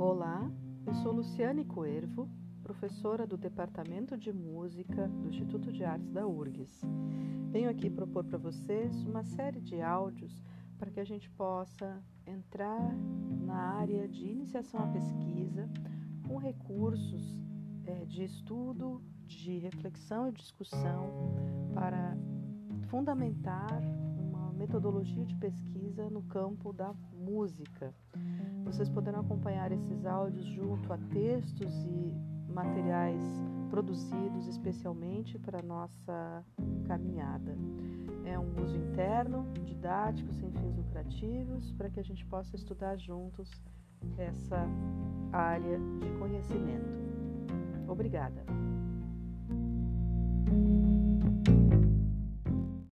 Olá, eu sou Luciane Coervo, professora do Departamento de Música do Instituto de Artes da URGS. Venho aqui propor para vocês uma série de áudios para que a gente possa entrar na área de iniciação à pesquisa com recursos de estudo, de reflexão e discussão para fundamentar uma metodologia de pesquisa no campo da música. Vocês poderão acompanhar esses áudios junto a textos e materiais produzidos especialmente para a nossa caminhada. É um uso interno, didático, sem fins lucrativos, para que a gente possa estudar juntos essa área de conhecimento. Obrigada.